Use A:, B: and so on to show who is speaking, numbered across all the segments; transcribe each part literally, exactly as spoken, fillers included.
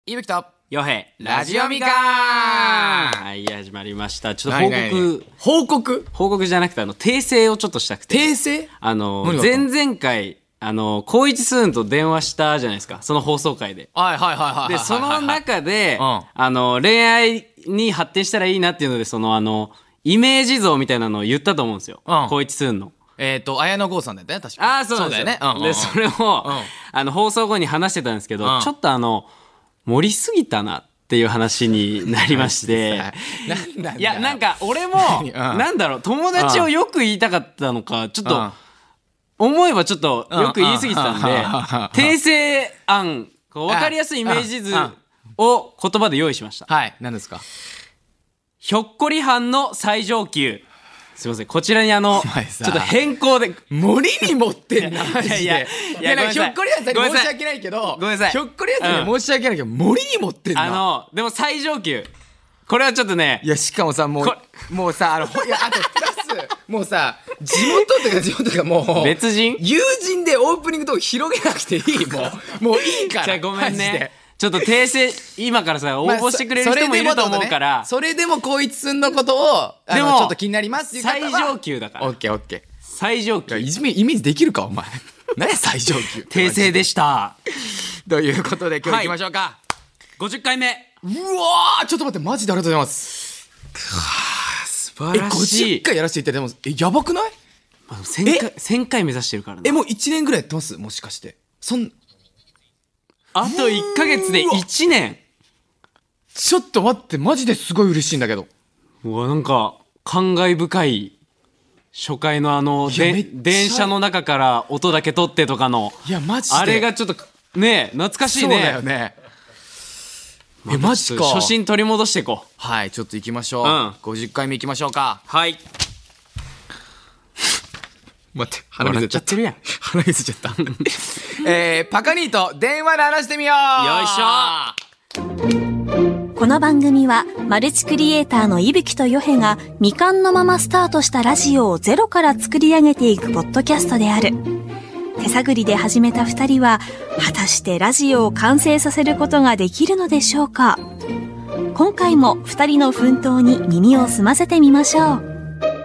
A: いぶきと
B: よへ
A: ラジオみかん。
B: はい、始まりました。ちょっと報告
A: 報告
B: 報告じゃなくてあの訂正をちょっとしたくて。
A: 訂正
B: あの前々回あの光一スーンと電話したじゃないですか、その放送回で。
A: はいはいはいはい。
B: でその中で、
A: うん、
B: あの恋愛に発展したらいいなっていうので、そのあのイメージ像みたいなのを言ったと思うんですよ、うん、光一スーンの。
A: えっ、ー、と綾野剛さんだったね確か。
B: ああそうなんですよ。
A: そうだよね。うんうんうん、
B: でそれを、うん、あの放送後に話してたんですけど、うん、ちょっとあの盛りすぎたなっていう話になりましていやなんか俺もなんだろう、友達をよく言いたかったのかちょっと思えばちょっとよく言い過ぎてたんで、訂正案分かりやすいイメージ図を言葉で用意しました。
A: はい、何ですか？
B: ひょっこりはんの最上級。すいません、こちらにあのちょっと変更で
A: 森に持ってんなマジで。いやいやいや、ひょっこりはんさんに申し訳ないけど、
B: ごめんなさい、
A: ひょっこりはんさんに申し訳ないけど、森に持ってんな。
B: あのでも最上級、これはちょっとね、
A: いやしかもさ、もうもうさ、あのいやあとプラスもうさ、地元というか地元というかもう
B: 別人
A: 友人でオープニングとか広げなくていい、もうもういいから。
B: じゃあごめんね、ちょっと訂正今からさ応募してくれる人もいると思うから、まあ、
A: それでも光一んのことをでもちょっと気になりますっていう方は
B: 最上級だから。
A: オッケーオッケー、
B: 最上級。
A: イメージできるかお前何や最上級
B: 訂正でした
A: ということで今日行きましょうか、はい、
B: ごじゅっかいめ。
A: うわー、ちょっと待って、マジでありがとうございます。
B: 素晴らしい。
A: えごじゅっかいやらせていただいてます。えやばくない？
B: せんかいせんかい目指してるからね。
A: えもういちねんぐらいやってます？もしかしてそん
B: あといっかげつでいちねん。
A: ちょっと待って、マジですごい嬉しいんだけど。
B: うわ、なんか感慨深い。初回のあので電車の中から音だけ取ってとかの、
A: いやマジで
B: あれがちょっとね懐かしいね。
A: そうだよね。えマジか。
B: 初心取り戻していこう。
A: はい、ちょっと行きましょう、うん、ごじゅっかいめ行きましょうか。
B: はい。
A: 待って、鼻水
B: ちゃってるやん。
A: 鼻水ちゃったえー、パカニーと電話で話してみよう。
B: よいしょ。
C: この番組はマルチクリエイターの伊吹とヨヘが未完のままスタートしたラジオをゼロから作り上げていくポッドキャストである。手探りで始めた二人は果たしてラジオを完成させることができるのでしょうか。今回も二人の奮闘に耳を澄ませてみましょう。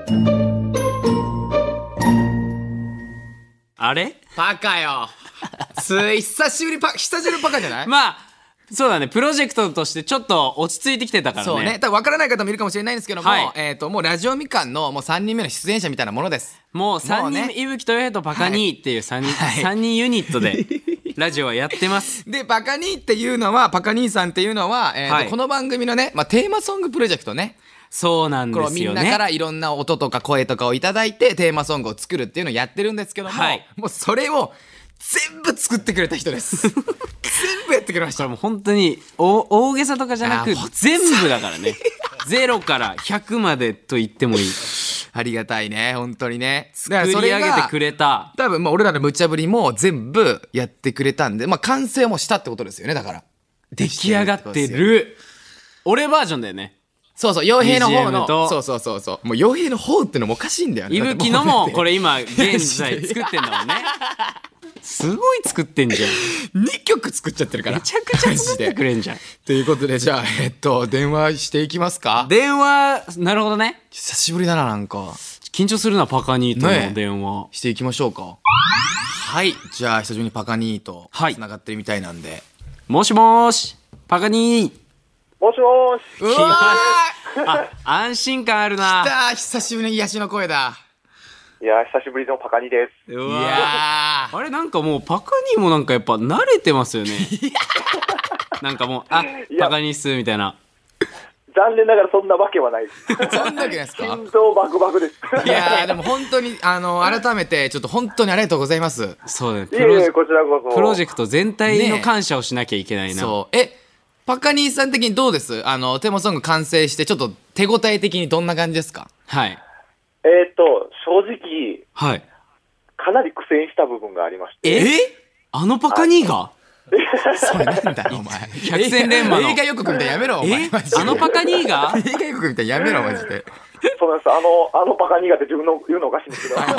B: あれ
A: パカよつい久しぶりパ久しぶりパカじゃない？
B: まあそうだね、プロジェクトとしてちょっと落ち着いてきてたからね。
A: そうね、多分分からない方もいるかもしれないんですけども、はい、えーともうラジオみかんのもうさんにんめの出演者みたいなものです。
B: もうさんにん、いぶきとよへとパカニーっていうさんにん、はい、さんにんユニットでラジオはやってます
A: でパカニーっていうのはパカニーさんっていうのは、えーとはい、この番組のね、まあ、テーマソングプロジェクトね。
B: そうなんですよね。
A: みんなからいろんな音とか声とかをいただいてテーマソングを作るっていうのをやってるんですけども、はい、もうそれを全部作ってくれた人です全部やってくれました。
B: もう本当に大げさとかじゃなく全部だからねゼロからひゃくまでと言ってもいい
A: ありがたいね本当にね。
B: 作り上げてくれた。
A: 多分まあ俺らの無茶ぶりも全部やってくれたんで、まあ完成もしたってことですよね。だから
B: 出来上がってる俺バージョンだよね。
A: そうそう、傭兵の方のそうそうそうそう、もう傭兵の方ってのもおかしいんだよね。
B: いぶきのもこれ今現在作ってんだもんねすごい作ってんじゃん。
A: にきょく作っちゃってるから
B: めちゃくちゃ作ってくれんじゃん
A: ということでじゃあえっと電話していきますか。
B: 電話なるほどね。
A: 久しぶりだな。なんか
B: 緊張するなパカニーとの電話、ね、
A: していきましょうか。はい、じゃあ久しぶりにパカニーとつながってるみたいなんで、はい、
B: もしもーしパカニー。
D: もしもーし。
A: うわ
B: ーあ安心感あるな。
A: 来た、久しぶりに癒しの声だ。
D: いや久しぶりのパカニです。
B: うわいやあれなんかもうパカニーもなんかやっぱ慣れてますよねなんかもうあパカニーっすみたいな。
D: 残念ながらそんなわけはないです
A: そんなわけないですか？
D: 心臓バクバクです
A: いやでも本当にあの改めてちょっと本当にありがとうございます。
B: そうだね、
D: いえいえこちらこそ
B: プロジェクト全体の感謝をしなきゃいけないな、ね、
A: そうえパカニーさん的にどうです？あのテーマソング完成してちょっと手応え的にどんな感じですか？
B: はい
D: えー、っと正直、
B: はい、
D: かなり苦戦した部分がありまして。
B: えあのパカニーが
A: それなんだよお前
B: 百戦錬磨の
A: 映画予告みたいなやめろお前
B: あのパカニーが
A: 映画予告みたいなやめろマジで
D: そうなんです。あのあのパカニーがって自分の言うのおかしいんですけどあ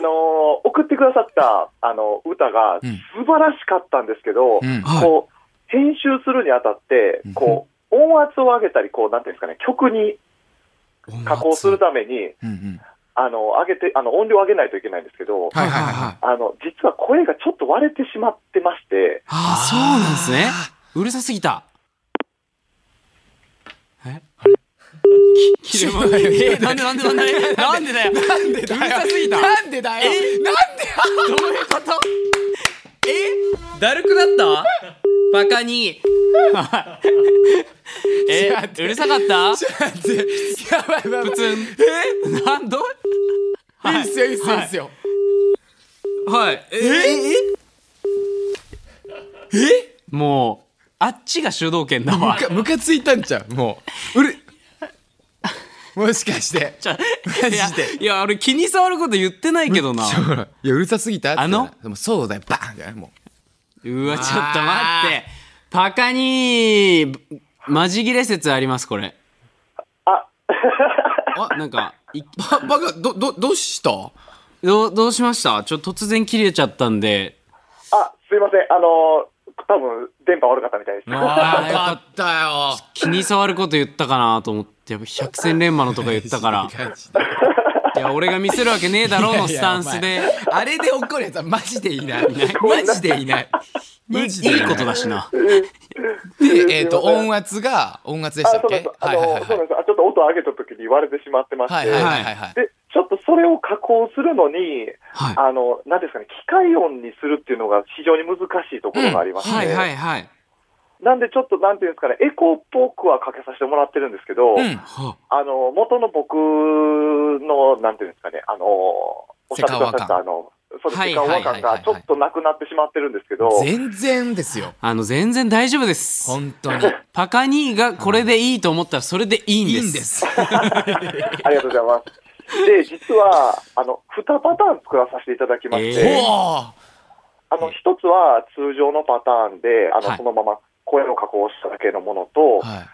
D: の送ってくださったあの歌が素晴らしかったんですけど、うん、こう編集するにあたって、こう、音圧を上げたり、こう、なんていうんですかね、曲に加工するために、うんうん、あの、上げて、あの、音量上げないといけないんですけど、はいはいはい、あの、実は声がちょっと割れてしまってまして。
B: ああ、そうなんですね。うるさすぎた。えき、きれまえ、なんでなんでなんでなんでだよ。なんでだよ。うるさすぎた。
A: なんでだよ。なんで
B: どういうことえだるくなったバカに。えうるさかったや
A: ばいやばい。
B: 普通えなんど
A: いいっすよいいっすよいいっすよ。
B: はい。えええもうあっちが主導権だわ。
A: ムカついたんちゃうもう。うるもしかして
B: マジでいや俺気に障ること言ってないけどな。
A: いやうるさすぎた
B: あの
A: でもそうだよバーンじゃないも
B: う。うわちょっと待ってパカにマジ切れ説ありますこれ。
D: あ
B: あなんか
A: ババカどどどうした
B: どどうしました。ちょっと突然切れちゃったんで。
D: あすいませんあの多分電波悪かったみたいです。
A: あよかったよ。
B: 気に障ること言ったかなと思って百戦錬磨のとか言ったからいや俺が見せるわけねえだろうのスタンスで。
A: いやいやあれで怒るやつはマジでいないマジでいない
B: いいことだしな。
A: でえっ、ー、と音圧が音圧でしたっけ。
D: あそうなんです。ちょっと音上げた時に割れてしまってまして、はいはいはいはい、でちょっとそれを加工するのに、はい、あのなんですかね機械音にするっていうのが非常に難しいところがありまして、うん、はいはいはい。なんでちょっとなんていうんですかねエコーっぽくはかけさせてもらってるんですけど、うん、あの元の僕のなんていうんですかねあのおっしゃってくださったあのそのセカオワ感がちょっとなくなってしまってるんですけど、
A: 全然ですよ。
B: あの全然大丈夫です。
A: 本当に
B: パカニーがこれでいいと思ったらそれでいいんです。いいんです
D: ありがとうございます。で実はあのにパターン作らさせていただきまして、えー、あの一つは通常のパターンであの、はい、そのまま声を加工しただけのものと、はい、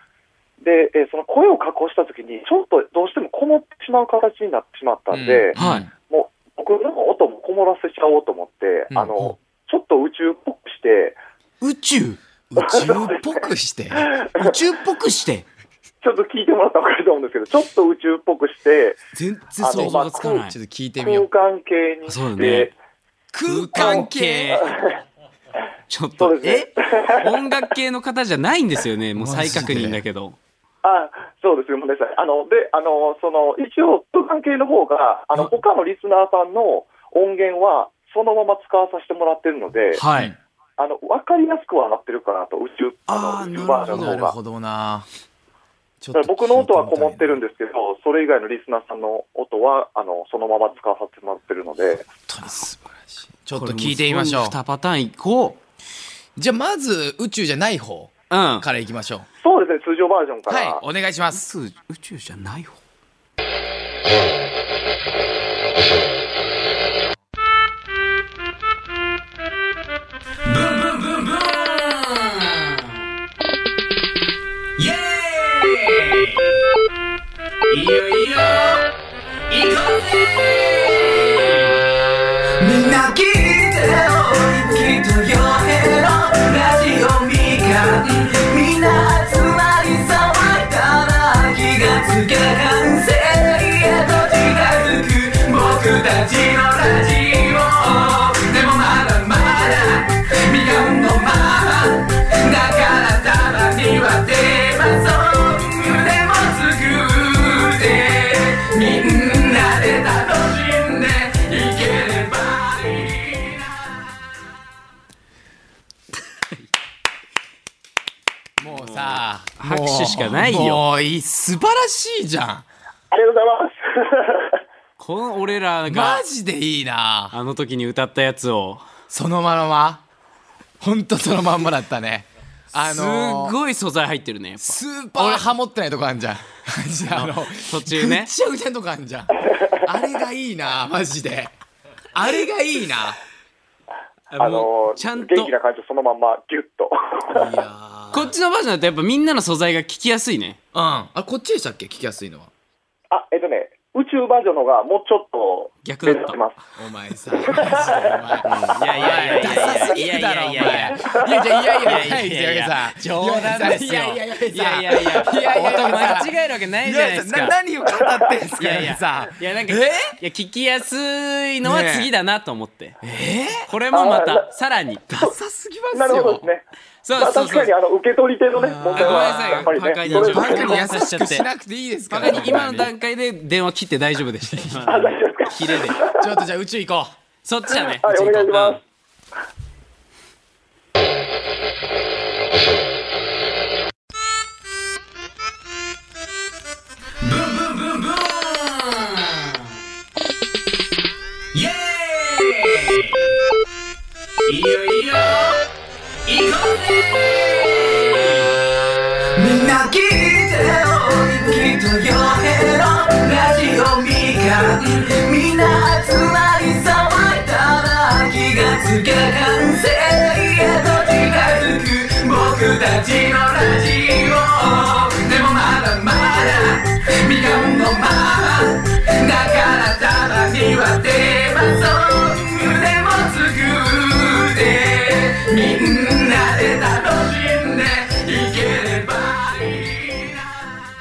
D: で、えー、その声を加工したときにちょっとどうしてもこもってしまう形になってしまったんで、うんはい、もう僕の音もこもらせちゃおうと思って、うん、あのちょっと宇宙っぽくして
B: 宇宙
A: 宇宙っぽくして
B: 宇宙っぽくして
D: ちょっと聞いてもらったら分かると思うんですけどちょっと宇宙っぽくして
B: 全然想像がつかない、まあ、
A: ちょっと聞いてみよう。
D: 空間系にして、ね、
B: 空間系ちょっと、ね、え音楽系の方じゃないんですよね。もう再確認だけど。
D: あそうですよ、ごめんなさい。あのであのその一応空間系の方があの他のリスナーさんの音源はそのまま使わさせてもらってるので、はい、あの分かりやすくはなってるかなと宇宙あの宇宙バージョンの方が。なるほどな。ちょっと僕の音はこもってるんですけど、それ以外のリスナーさんの音はあのそのまま使わさせてもらってるので。
A: 本当に素晴らしい。ちょっと聞いてみましょう。
B: にパターンいこう。
A: じゃあまず宇宙じゃない方からいきましょう。
D: そうですね、通常バージョンから。
A: はい、お願いします。
B: 宇宙じゃない方。ブンブンブンブン。イエーイ。いいよいいよ。行こうぜ。みんな聞いてよ、きっとよへのラジオみかん。みんな集まり騒いだら気がつけ完成へと近づく僕たちのラジオ。でもまだまだみかんのままだからたまにはテーマソングでも作ってみんなで楽しんでいければいい
A: な。もうさ
B: 拍手しかないよ。
A: もういい素晴らしいじゃん。
D: ありがとうございます
B: この俺らが
A: マジでいいな。
B: あの時に歌ったやつを
A: そのままほんとそのまんまだったね。あの
B: ー、すごい素材入ってるね。やっぱ
A: スーパーハモってないとこあんじゃんあの
B: 途中ね
A: ぐっちゃぐちゃのとこあんじゃんあれがいいなマジで。あれがいいな。
D: あのー、ちゃんと元気な感じそのまんまギュッと
B: いやこっちのバージョンだとやっぱみんなの素材が聞きやすいね。
A: うん。あこっちでしたっけ聞きやすいのは。
D: あえっとね宇宙バージョンの方がもうちょっと
B: 逆だった。
A: お前さ、いやいやいやいやいやいやいやいやいやいやいやいやいや
B: 冗談ですよ。いやいやいやいやいやいや音間違えるわけないじゃないですか。
A: 何を語ってんすか。いやいやさ、
B: いやなんかいや聞きやすいのは次だなと思って。これもまたさらに
A: ダサすぎますよ。
D: なるほどですね。
B: そうそうそう。
D: 確かにあの受け取り手のね問題は
B: やっぱりね。バカに
A: 優しくしなくていいですから。
B: バカに今の段階で電話切って大丈夫でした。
D: あ、大丈夫ですか。
B: 切れで。
A: ちょっとじゃあ宇宙行こう。
B: そっちだね。
D: はい、お願いします。
E: ブンブンブンブン。イエーイ。いいよいいよ。行こうぜ。みんな聞いてよ。きっとよへのラジオみかん。みんな集まり騒いだら気がつけ完成へと近づく僕たちのラジオ。でもまだまだみかんのままだからたまにはテーマソングでも作ってみんなで楽しんでいければいいな。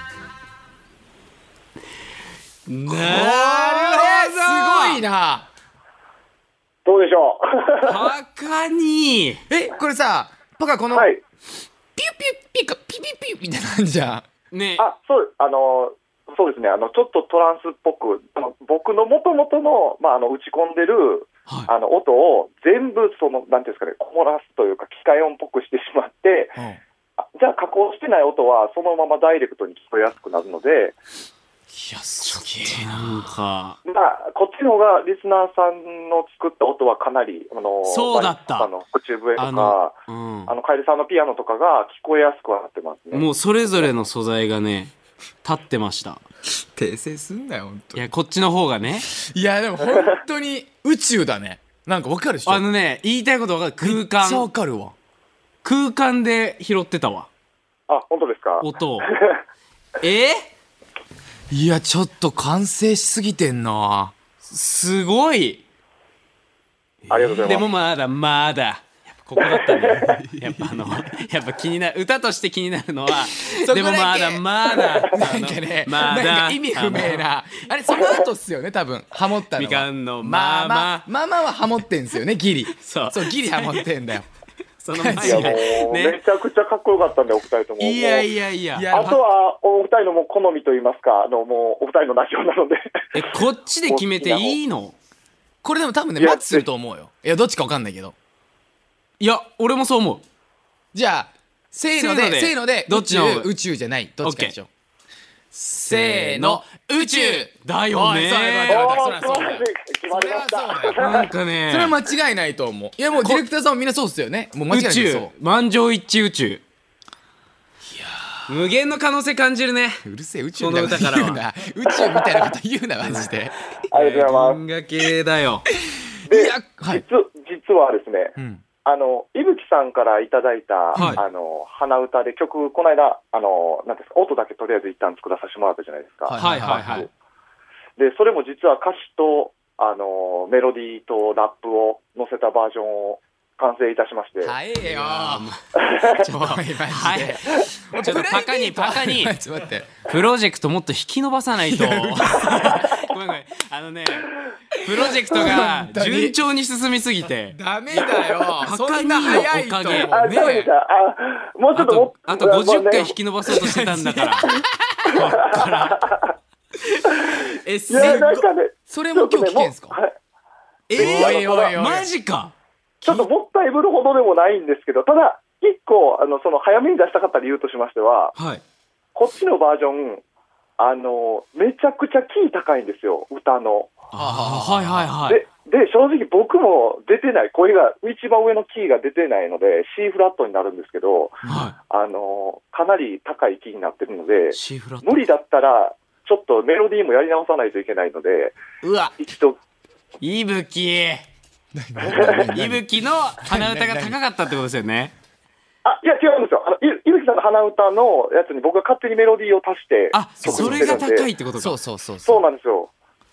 A: これすごいな。
D: どうでしょう。
B: パカに
A: えこれさパカこの、
D: はい、
A: ピュピュピカピピピュみたいな感じじゃん
B: ね。
D: あ、そうあのそうですね。あのちょっとトランスっぽくあの僕の元々のまああの打ち込んでる、はい、あの音を全部そのなんていうんですかねこもらすというか機械音っぽくしてしまって、うん、あじゃあ加工してない音はそのままダイレクトに聞こえやすくなるので。
B: いやすげえなんか
D: まあこっちの方がリスナーさんの作った音はかなりあの
B: そうだった
D: あの口笛とかあの、うん、あのカエルさんのピアノとかが聞こえやすくはなってますね。
B: もうそれぞれの素材がね立ってました。
A: 訂正すんなよ本当に。
B: いやこっちの方がね。
A: いやでも本当に宇宙だね。なんかわかるでしょ。
B: あのね言いたいことわかる。空間
A: めっちゃわかるわ。
B: 空間で拾ってたわ。
D: あ本当ですか。
B: 音をえ
A: いやちょっと完成しすぎてんな。
B: すごい。
D: ありがとうございます。
B: でもまだまだやっぱここだったね。やっぱあのやっぱ気になる歌として気になるのはでもまだまだ
A: なんかねまだなんか意味不明なあれその後っすよね多分ハモったのは。
B: みかんのまあまあ
A: ママはハモってんすよねギリ。
B: そう
A: そうギリハモってんだよ。
D: その前にいやもう、ね、めちゃくちゃかっこよかったんでお二人とも。
B: いやいやいや。
D: あとはお二人のもう好みと言いますかあのもうお二人のラジオなので。
B: えこっちで決めていいの？
A: これでも多分ねマッチすると思うよ。いやどっちか分かんないけど。
B: いや俺もそう思う。
A: じゃあせーのでせーので
B: どっちの
A: 宇宙じゃないどっちかでしょ。
B: せーの宇宙だよね。
D: それはそうだよ。決まりました。
B: なんかね
A: それは間違いないと思う。いやもうディレクターさんもみんなそうっすよね。もう間違いないそう。宇宙
B: 満場一致宇宙。いや無限の可能性感じるね。
A: うるせえ宇宙みたいなこと言うな。宇宙みたいなこと言うなマジで。
D: ありがとうございます。
B: 文化系だよ。
D: で、実実はですね、うん、あの伊吹さんからいただいた、はい、あの鼻歌で曲この間あのなんですか音だけとりあえず一旦作らさせてもらったじゃないですか。
B: はいはいはい。
D: でそれも実は歌詞とあのメロディーとラップを載せたバージョンを完成いたしまして。
A: 早えよちょっとマジで
B: ちょっとパカにパカに
A: ちょっと待って
B: プロジェクトもっと引き伸ばさないとごめんごめんあのねプロジェクトが順調に進みすぎて
A: ダメだよそんな早いと思うね。
D: あもうちょっと
B: あとごじゅっかい引き伸ばそうとしてたんだからこっから
A: えすごいそれも今日聞けんすか。
B: えーマジか。
D: ちょっともったいぶるほどでもないんですけど、ただ一個あのその早めに出したかった理由としましては、
B: はい、
D: こっちのバージョンあのめちゃくちゃキー高いんですよ歌の。
B: あはいはいはい。
D: でで正直僕も出てない声が一番上のキーが出てないので C フラットになるんですけど、
B: はい、
D: あのかなり高いキーになってるので
B: C フラット
D: 無理だったらちょっとメロディーもやり直さないといけないので、
B: うわ
D: 一度
B: いぶきいぶきの鼻歌が高かったってことですよね。
D: あいや違うんですよ。あのいぶきさんの鼻歌のやつに僕が勝手にメロディーを足して。
B: あそれが高いってことか。
A: そうそうそう
D: そうなんですよ。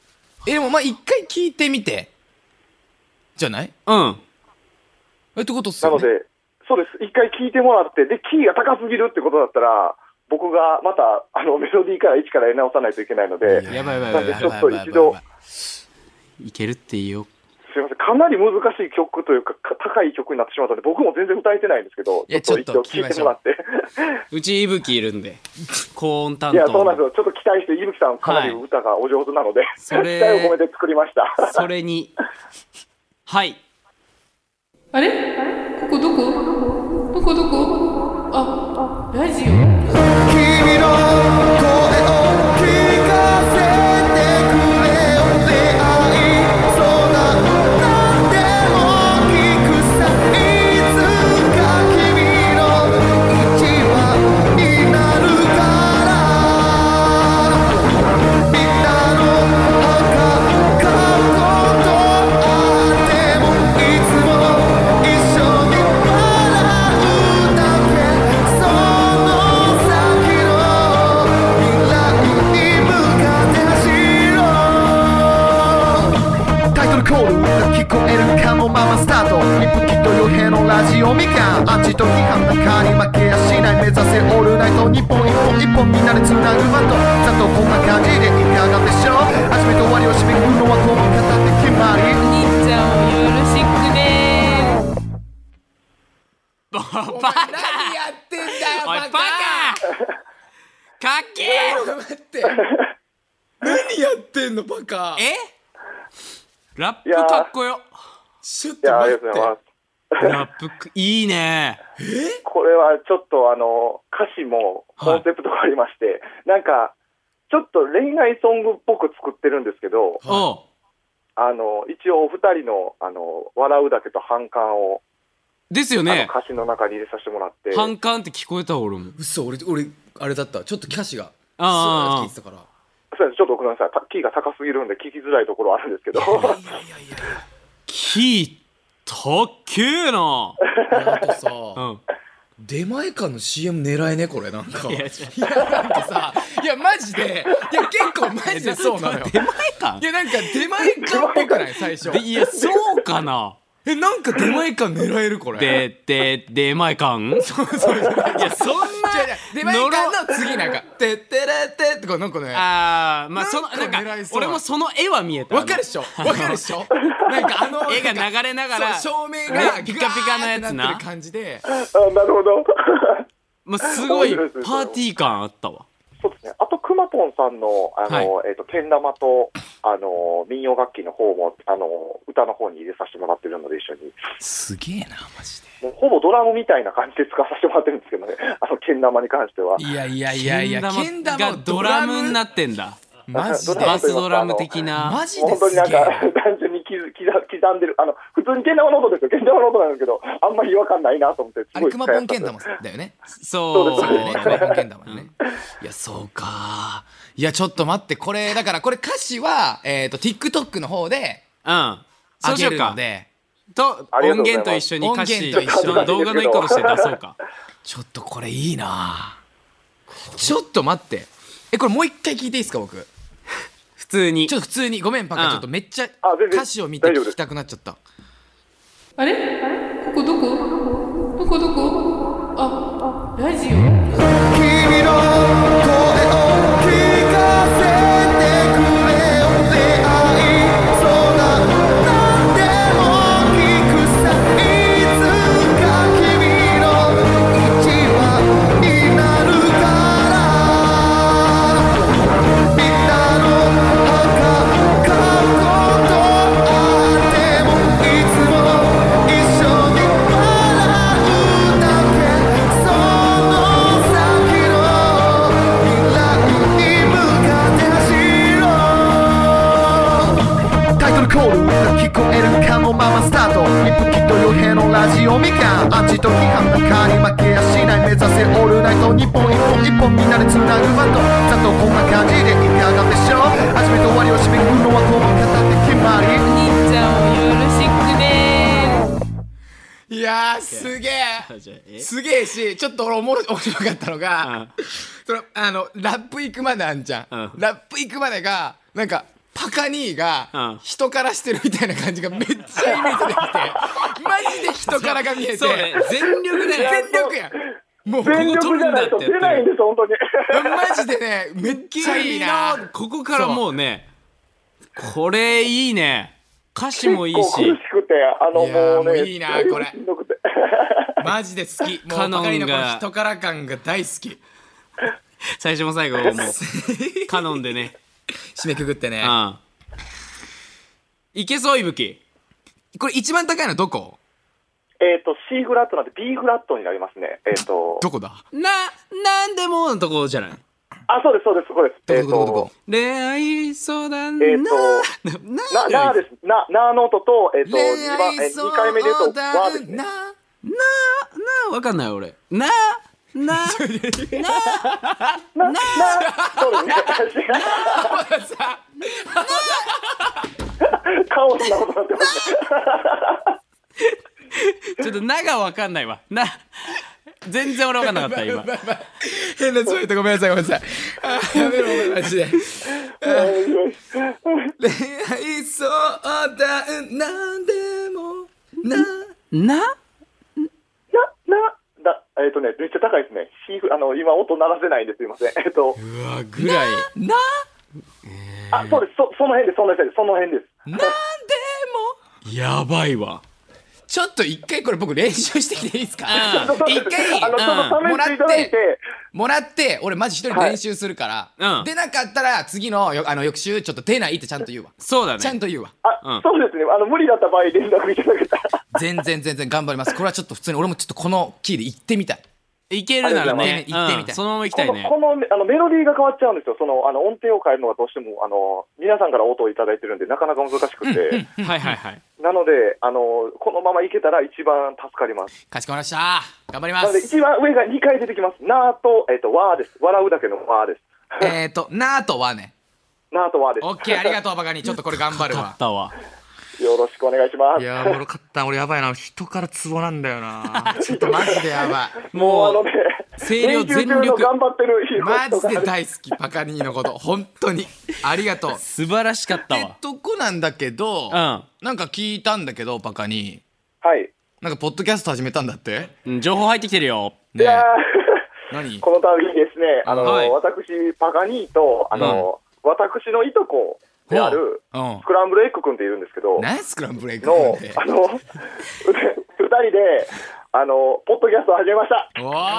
A: えでもまあ一回聞いてみてじゃない？
B: うん
A: えってことっすよね。
D: なのでそうです、一回聞いてもらって、でキーが高すぎるってことだったら僕がまたあのメロディーから一からやり直さないといけないので、
B: やばいやばいやばいやばい、
D: ちょっと一度
B: いけるっていいよ。
D: すみません、かなり難しい曲というか高い曲になってしまったので僕も全然歌えてないんですけど、
A: いや
D: ちょっと一度聞いてもらって。
B: うちいぶきいるんで高音担当。
D: いやそうなんですよ、ちょっと期待して、いぶきさんかなり歌がお上手なので、はい、期待を込めて作りました。
B: それにはい
F: あれここどこどこどこ、あ、ラジオ。君の声を聞かせてくれよ、出会いそうな何でも聞くさ、いつか君の一番になるから、みんなの墓買うことあってもいつも一緒に笑うだけ、その先の未来に向かって走ろう。タイトルコールが聞こえるかのままスタート、一歩きっと傭兵のラジオみかん、アンチと批判中に負けやしない、目指せオールナイト日本一本一本みんなでつなぐバンド、ざっとこんな感じでいかがでしょう。始めと終わりを締めくくるのはこの方で決まり、兄ちゃんをよろしくね
B: バ
A: お
B: カ
A: 前何やってんだよ
B: おいバ
A: バカ
B: カかっけー。
A: 待って何やってんのバカ。
B: えラップかっこよ。
A: ちょっ
D: いやあり
A: と待って
D: がとうございます。
B: ラップいいね。
D: これはちょっとあの歌詞もコンセプトがありまして、はい、なんかちょっと恋愛ソングっぽく作ってるんですけど、
B: お
D: あの一応お二人のあの笑うだけと反感を
B: ですよね。
D: あの歌詞の中に入れさせてもらって、
B: 反感って聞こえた俺も。
A: 嘘、俺俺あれだった、ちょっとキャシが
B: ああ
A: スーッて聞いてたから。
D: そうです、ちょっとごめんなさい、キーが高すぎるんで聞きづらいところあるんですけど、
B: キーたっけーな。
A: あとさ、
B: うん
A: 出前館の シーエム 狙えねこれなんか。
B: いや
A: いやなんかさ、いやマジで、いや結構マジでそうなのよ。
B: 出前館
A: いやなんか出前館っぽくない最初。
B: でいやそうかな。
A: えなんか出前館狙えるこれ。
B: でで出前館。そうそういやそんな
A: 出前館の次なんかてってれってってこうなんかね。
B: ああまあその
A: なんか
B: なんか
A: 狙いそうな
B: 俺もその絵は見えた。
A: わかるっしょわかるっしょなんかあの
B: 絵が流れながら
A: そう照明が
B: ピカピカのやつな
A: ガーってなってる感じで。
D: あなるほど。
B: まあすごい
D: 面白いです
B: パーティー感あったわ。
D: そうですね。あとくまぽんさんのあの、
B: はい
D: えっ、とけん玉とあの民謡楽器の方もあの歌の方に入れさせてもらってるので一緒に。
A: すげえなマジで。
D: もうほぼドラムみたいな感じで使わさせてもらってるんですけどね。あのけん玉に関しては。
A: いやいやいやいや、
B: けん玉がドラムになってんだ。
A: マジで
B: バスドラム的な。
A: マジ
D: もう
A: ですげえ。
D: 本当になんか単純に刻刻んでる、あの普通にけん玉の音ですよ、けん玉の音なんですけど、あんまり違和感ないなと思って、す
A: あれ
D: ごい
A: 熊本けん玉だよね。
B: そう
A: そうだよね。熊本けん玉ね。いやそうか。いやちょっと待って、これだからこれ歌詞はえっと TikTok の方で
B: うんそ
A: 上げる
B: うしようか
A: ので、
B: と音源と一緒に歌詞と一緒の動画の一個として出そうか。
A: ちょっとこれいいな。ちょっと待って。えこれもう一回聞いていいですか僕。
B: 普通に
A: ちょっと普通にごめんパカ、
B: うん
A: ちょっとめっちゃ
D: あ全然
A: 歌詞を見て聞きたくなっちゃった。
F: あれここどこどこどこ、あ、ラジオ。君の声を聞かせてくれよ、出会いそうな何でも聞くさ、いつか君の一番になるからみんなの墓買うことあってもいつも一緒に笑うだけ、その先の未来に向かって走ろう。タイトルコールが聞こえるかのままスタート、一歩きっと傭兵のラジオみかん、アンチと批判中に負けやしない、目指せオールナイト日本一本一本みんなでつなぐバンド、ざっとこんな感じでいかがでしょう。始めと終わりを締めくくるのはこの方で決まり、兄ちゃんをよろしくね。
A: いやーすげえすげえし、ちょっと俺おもろ面白かったのが、そのあのラップ行くまであんじゃん、
B: うん
A: ラップ行くまでがなんかパカ兄が人からしてるみたいな感じがめっちゃイメージできてマジで人からが見えて
B: そうね全力で
A: 全力やんもうここ
D: 全力じゃないと出ないんです本当に
A: マジでねめっちゃいいな
B: ここからもうねこれいいね歌詞もいいし
D: 結構苦しくてあの
A: いや
D: もうね
A: いいなこれマジで好きもうパカ兄のこの人から感が大好き
B: 最初も最後もうカノンでね
A: 締めくくってね、
B: うん、いけそういぶき
A: これ一番高いのどこ？
D: えっと C フラットなんで B フラットになりますねえっ、ー、と
A: どこだ？
B: な、なんでものとこじゃない？
D: あ、そうですそうですそうです。
A: どこどこどこ？
B: 恋愛相談
D: えっ、ー、とななですななの音とえっ、ー、とにばんえにかいめで言うとわですね。な
B: ななわかんない俺。なななな
D: そうですね。顔そんなことになってますね。
B: ちょっとながわかんないわ。な全然俺わかんなかった今。
A: 変なつもりでごめんなさいごめんなさい。あやめろマジで。恋愛相談なんでもな
B: な
D: ななだえっ、ー、とねめっちゃ高いですね。シーフあの今音鳴らせないんですいません。えっ、ー、と
A: うわぐらい
B: な。
D: えー、あそうですそその辺ですその辺ですその辺です。
A: なんでも
B: やばいわ。
A: ちょっと一回これ僕練習してきていいですか？一回
D: あのちょっと
A: もらっ
D: 試していただい
A: て
D: て
A: もらって俺マジ一人で練習するから、
B: はいうん、
A: 出なかったら次のよあの翌週ちょっと出ないってちゃんと言うわ。
B: そうだね
A: ちゃんと言うわ。
D: あ、
B: うん、
D: そうですねあの無理だった場合連絡いただけたら
A: 全然全然頑張ります。これはちょっと普通に俺もちょっとこのキーで行ってみたい。
B: いけるならね
A: 行ってみたい、うん、
B: そのまま行きたいね。
D: このこのあのメロディーが変わっちゃうんですよ。そのあの音程を変えるのがどうしてもあの皆さんから音をいただいてるんでなかなか難しくて、
B: うん、はいはいはい。
D: なのであのこのままいけたら一番助かります。
A: かしこまりました。頑張ります。
D: なので一番上がにかい出てきます。なーとえっ、ー、とわーです。笑うだけのわーです。
A: えっとなーとわね。
D: なーとわーです。
A: オッケーありがとうバカにちょっとこれ頑張るわ。
B: かったわ。
D: よろしくお願いします。
A: いやおもろかった。俺やばいな人からツボなんだよな。ちょっとマジでやばい。
D: もうあのね
B: 声量全力
D: 頑張ってる
A: マジで大好きパカニーのこと本当にありがとう。
B: 素晴らしかったわ。
A: えっとこなんだけど、うん、なんか聞いたんだけどパカニ
D: ーはい
A: なんかポッドキャスト始めたんだって、
B: うん、情報入ってきてるよ、
D: ね、いや
A: 何
D: この度にですねあの、はい、私パカニーとあの、うん、私のいとこである、うん、スクランブルエッグ君っているんですけど
A: 何スクランブルエッグ君って
D: のあのふたりであのポッドキャストを始めました。
A: わ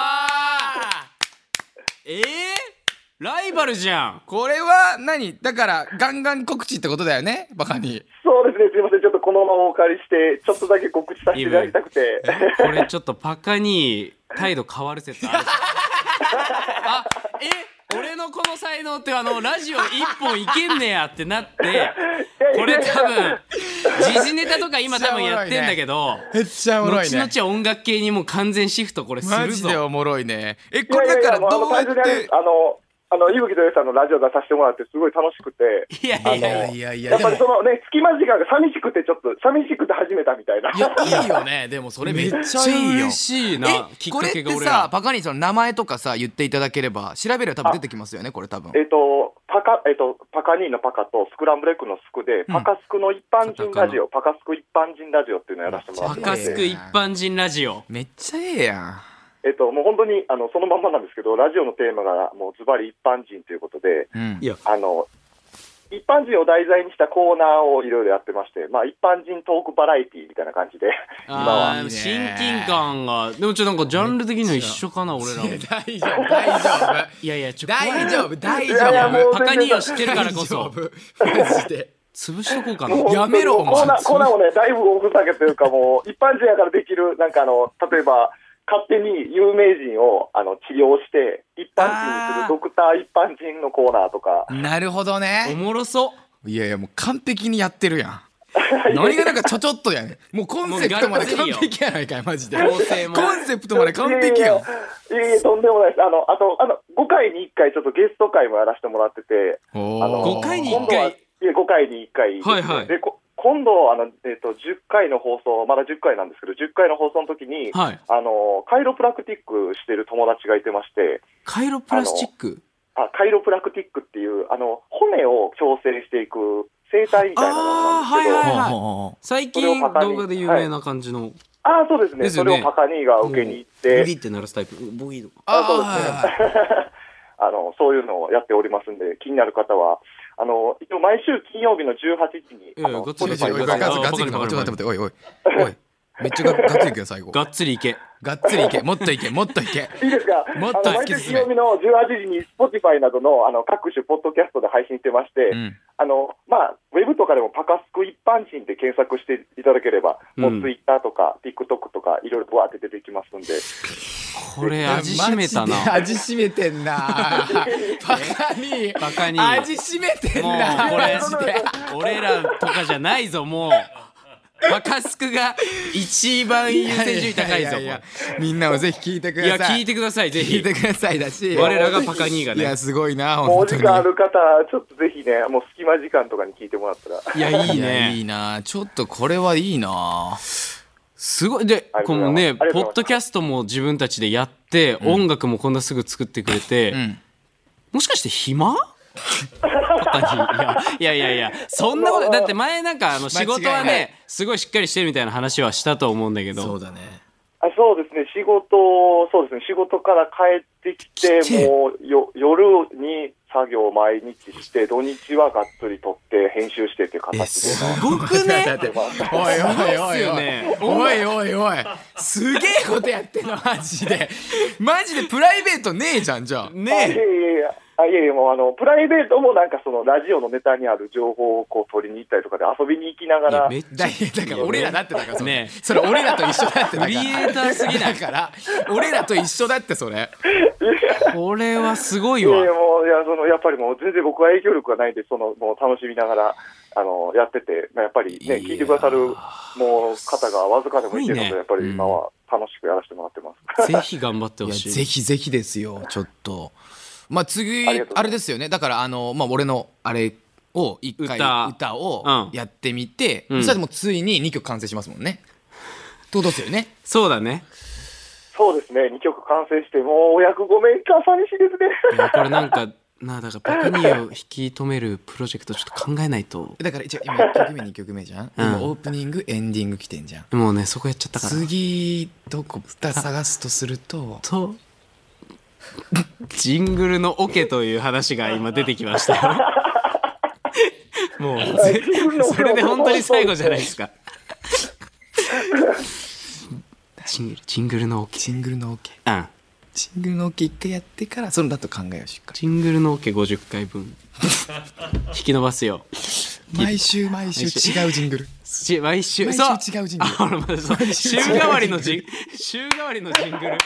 B: えー、ライバルじゃん。これ
A: は何だからガンガン告知ってことだよねバカに。
D: そうですねすいませんちょっとこのままお借りしてちょっとだけ告知させていただきたくて
B: これちょっとパカに態度変わる説あるあえ俺のこの才能ってあのラジオ一本いけんねやってなってこれ多分時事ネタとか今多分やってんだけど
A: めっちゃおもろいね。
B: 後々音楽系にもう完全シフトこれするぞ。
A: マジでおもろいね。えこれだからどうやって
D: あのあの、いぶきとよしさんのラジオ出させてもらってすごい楽しくて。
B: いやいやいやいや。
D: やっぱりそのね、隙間時間が寂しくてちょっと、寂しくて始めたみたいな。
A: いや、いいよね。でもそれめっちゃいいよ。
B: 嬉しいな。きっかけが俺ら。
A: これってさ、パカにその名前とかさ、言っていただければ、調べれば多分出てきますよね、これ多分。
D: えっと、パカ、えっと、パカニーのパカとスクランブルエッグのスクで、パカスクの一般人ラジオ、パカスク一般人ラジオっていうのをやらせてもらって
B: パカスク一般人ラジオ。
A: めっちゃええやん。
D: えっと、もう本当にあのそのまんまなんですけど、ラジオのテーマがもうズバリ一般人ということで、うん、あの一般人を題材にしたコーナーをいろいろやってまして、まあ、一般人トークバラエティーみたいな感じで今は
B: 親近感がでもちょっとなんかジャンル的には一緒かな俺らも。
A: 大丈夫大丈夫
B: いやいやちょ
A: 大丈夫大丈夫
B: パカニを知ってるからこそ
A: マジで潰しとこうかな。やめろお前。
D: コーナーコーナーもねだいぶおふざけというかもう一般人やからできるなんかあの例えば勝手に有名人をあの治療して一般人にするドクター一般人のコーナーとか。
A: なるほどね。
B: おもろそう。
A: いやいやもう完璧にやってるやん何がなんかちょちょっとやねん。もうコンセプトまで完璧やないかいマジで。コンセプトまで完璧やん。い
D: やいやとんでもないです。あのあとあのごかいにいっかいちょっとゲスト会もやらせてもらってて、あの
B: ごかいにいっかい
D: いやごかいにいっかい、
B: はいはい、
D: で今度あの、えー、とじゅっかいの放送まだじゅっかいなんですけどじゅっかいの放送の時に、
B: はい、
D: あのカイロプラクティックしてる友達がいてまして。
B: カイロプラスチック
D: あカイロプラクティックっていうあの骨を矯正していく整体みたいなものなんですけど、
B: あはいはいはい、最近動画で有名な感じの、はい、
D: ああそうですね。ですよね。それをパカニーが受けに行って
B: ブギって鳴らすタイプボギーとか
D: あそうですねあのそういうのをやっておりますんで気になる方はあの一応毎週金曜日のじゅうはちじに
A: ガッツリガッツリおいおいおいおいめっちゃガッツリいけよ最後。
B: ガッツリいけ。
A: ガッツリいけ。もっといけ。もっといけ。
D: いいですか。
A: もっと
D: 毎週金曜日のじゅうはちじに Spotify などのあの各種ポッドキャストで配信してまして、うん、あのまあウェブとかでもパカスク一般人で検索していただければ、うん、もう Twitter とか TikTok とかいろいろとわーって出てきますんで。
B: これ味しめたな。
A: 味しめてんな。パカに。
B: パカに。
A: 味しめてんな。
B: もうこれ俺らとかじゃないぞもう。パカスクが一番優先順位高いぞ。いやいやいや
A: みんなもぜひ聞いてください。
B: いや聞いてくださいぜひ
A: 聞いてくださいだし
B: 我らがパカニーがね。
A: いやすごいな本当に。
D: もうお時間ある方ちょっとぜひねもう隙間時間とかに聞いてもらったら。
B: いやいいね
A: いいなちょっとこれはいいな
B: すごいでこのねポッドキャストも自分たちでやって、うん、音楽もこんなすぐ作ってくれて、うん、もしかして暇いやいやいやそんなことだって前なんかあの仕事はねすごいしっかりしてるみたいな話はしたと思うんだけど。
A: そうだね。
D: あそうですね仕事そうですね仕事から帰ってきてもうよ夜に作業を毎日して土日はがっつり撮って編集してっていう形で。
B: すごくね
A: おいおいおいおいおいおいおいすげえことやってんのマジでマジでプライベートねえじゃんじゃあ
D: ねえ。あいやいやいやあいやいやもうあのプライベートもなんかそのラジオのネタにある情報をこう取りに行ったりとかで遊びに行きながら。
A: めっちゃだから俺らだってだからそれ、ね、それ俺らと一緒だってだから
B: クリエイターすぎない
A: から俺らと一緒だってそれ
B: これはすごいわ。
D: いやいやもういやそのやっぱりもう全然僕は影響力がないんでそのもう楽しみながらあのやっててやっぱりね聞いてくださるもう方がわずかでもいてるので、ね、やっぱり今は楽しくやらせてもらってます。
B: ぜひ頑張ってほしい。
A: いやぜひぜひですよちょっと。まあ次あれですよねだからあの、まあ、俺のあれを一回 歌, 歌をやってみて、うん、そしたらもうついににきょく完成しますもんね。ってことですよね。
B: そうだね。
D: そうですねにきょく完成してもうお役ごめんか寂しいですね。
B: いやこれなんかなだからパカニーを引き止めるプロジェクトちょっと考えないと。
A: だから一応今いっきょくめにきょくめじゃん、うん、今オープニングエンディング来てんじゃん。
B: もうねそこやっちゃったから
A: 次どこ歌探すとすると
B: とジングルのオケという話が今出てきましたよもうそれで本当に最後じゃないですかジングルジングルのオケ
A: ジングルのオケ
B: うん
A: ジングルのオケ一回やってからそのだと考えようしっかり。
B: ジングルのオケごじゅっかいぶん引き伸ばすよ
A: 毎週毎週違うジングル
B: 毎週
A: 毎週違うジングル
B: 週替わりのジン週替わりのジングル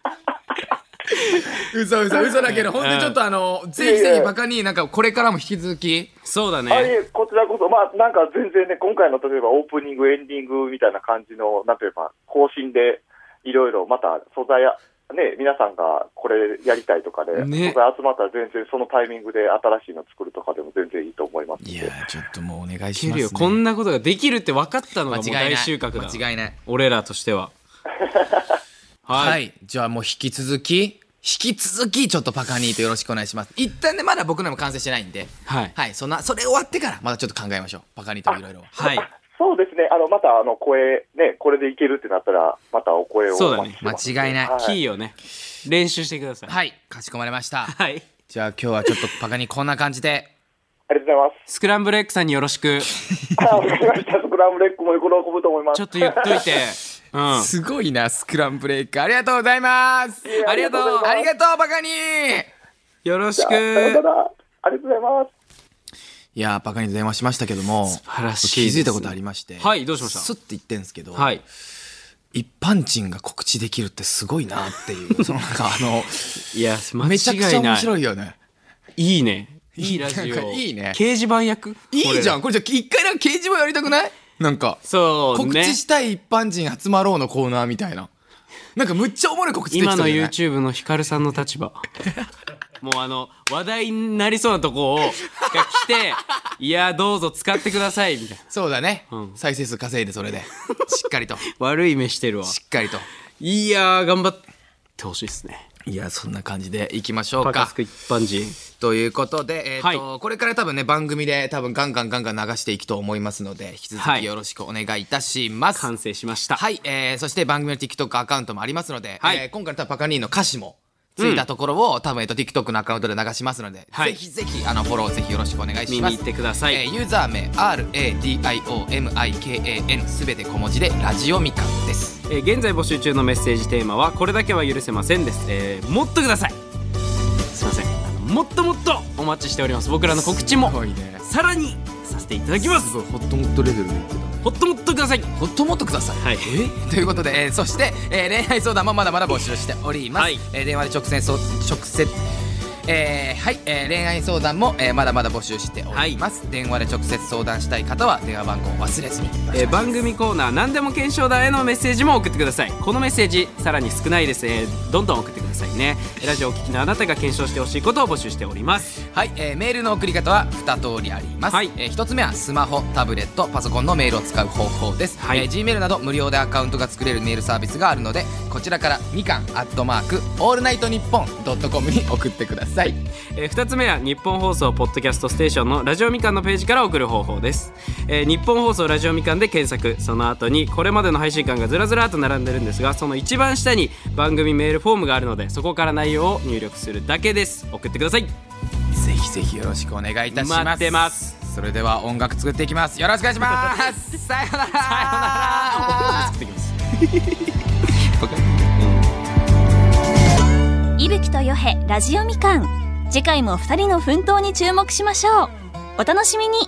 A: 嘘嘘嘘だけど本当にちょっとあの、うん、ぜひぜひバカになんかこれからも引き続き
B: そうだね
D: あいえこちらこそまあなんか全然ね今回の例えばオープニングエンディングみたいな感じのなんていうか更新でいろいろまた素材やね皆さんがこれやりたいとかで、ね、素材集まったら全然そのタイミングで新しいの作るとかでも全然いいと思います。
A: いやちょっともうお願いしますね。
B: こんなことができるって分かったのがもう大収穫だ。
A: 間違いない
B: 俺らとしては
A: はい、はい、じゃあもう引き続き引き続きちょっとパカニーとよろしくお願いします。一旦ねまだ僕らも完成してないんで、はい、はい、そんなそれ終わってからまたちょっと考えましょうパカニーといろいろ。
B: はい。
D: そうですね。あのまたあの声ねこれでいけるってなったらまたお声を
B: そうだね
A: 間違いない、
B: はい、キーをね練習してください。
A: はいかしこまりました。
B: はい。
A: じゃあ今日はちょっとパカニーこんな感じで。
D: ありがとうございます。
B: スクランブルエッグさんによろしく。
D: あわかりました。スクランブルエッグも喜ぶと思います。
B: ちょっと言っといて。うん、
A: すごいなスクランブルエッグありがとうございます。
B: ありがとう
A: ありがとうパカニー
B: よろしく。
D: ありがとうございます。
A: いやーパカニーと電話しましたけども
B: 素晴らしい
A: 気づいたことありまして。
B: はいどうしました。
A: スッて言ってんですけど、
B: はい、
A: 一般人が告知できるってすごいなっていうそのなんかあの
B: いや間違いない
A: めちゃくちゃ面白いよね。
B: いいねいいラジオ
A: いいね
B: 掲示板役
A: いいじゃんこれじゃあ一回なんか掲示板やりたくないなんか
B: そう、ね、
A: 告知したい一般人集まろうのコーナーみたいななんかむっちゃおもろい告知できそうじゃない。
B: 今の YouTube のヒカルさんの立場もうあの話題になりそうなとこをが来ていやどうぞ使ってくださいみたいな。
A: そうだね、
B: うん、
A: 再生数稼いでそれでしっかりと
B: 悪い目してるわ
A: しっかりと。
B: いやー頑張ってほしいですね。
A: いやそんな感じでいきましょうか。
B: パカスク一般人
A: ということで、えーと
B: はい、
A: これから多分ね番組で多分ガンガンガンガン流していくと思いますので引き続きよろしくお願いいたします。
B: 完成しました。
A: はい、えー、そして番組の TikTok アカウントもありますので、
B: はい、
A: えー、今回の多分パカニーの歌詞もついたところを、うん、多分、えっと、TikTok のアカウントで流しますので、はい、ぜひぜひあのフォローぜひよろしくお願いします。
B: 見に行ってください。
A: えー、ユーザー名 アールエーディーアイオーエムアイケーエーエヌ すべて小文字でラジオみかんです。
B: えー、現在募集中のメッセージテーマはこれだけは許せませんです。えー、もっとください。すいません、もっともっとお待ちしております。僕らの告知もさらにさせていただきます。
A: すごいホットモットレベルで言ってた。
B: ホットモットください。
A: ホットモットください。
B: はい。
A: えということで、えー、そして、えー、恋愛相談もまだまだ募集しております。はい、えー、電話で直接直接えー、はい、えー、恋愛相談も、えー、まだまだ募集しております。はい、電話で直接相談したい方は電話番号を忘れずに、
B: えー、番組コーナー何でも検証団へのメッセージも送ってください。このメッセージさらに少ないです、えー、どんどん送ってくださいね。ラジオをお聞きのあなたが検証してほしいことを募集しております。
A: はい、えー、メールの送り方はに通りあります。はい、えー、ひとつめはスマホ、タブレット、パソコンのメールを使う方法です。はい、えー、Gmail など無料でアカウントが作れるメールサービスがあるのでこちらからみかんアットマークオールナイトニッポンドットコムに送ってください。
B: えー、ふたつめは日本放送ポッドキャストステーションのラジオみかんのページから送る方法です。えー、日本放送ラジオみかんで検索、その後にこれまでの配信間がずらずらと並んでるんですがその一番下に番組メールフォームがあるのでそこから内容を入力するだけです。送ってください。
A: ぜひぜひよろしくお願いいたします。
B: 待ってます。
A: それでは音楽作っていきます。よろしくお願いしますさよなら。さよな
B: ら。音楽作っていきます
C: 伊吹とよへラジオみかん、次回もふたりの奮闘に注目しましょう。お楽しみに。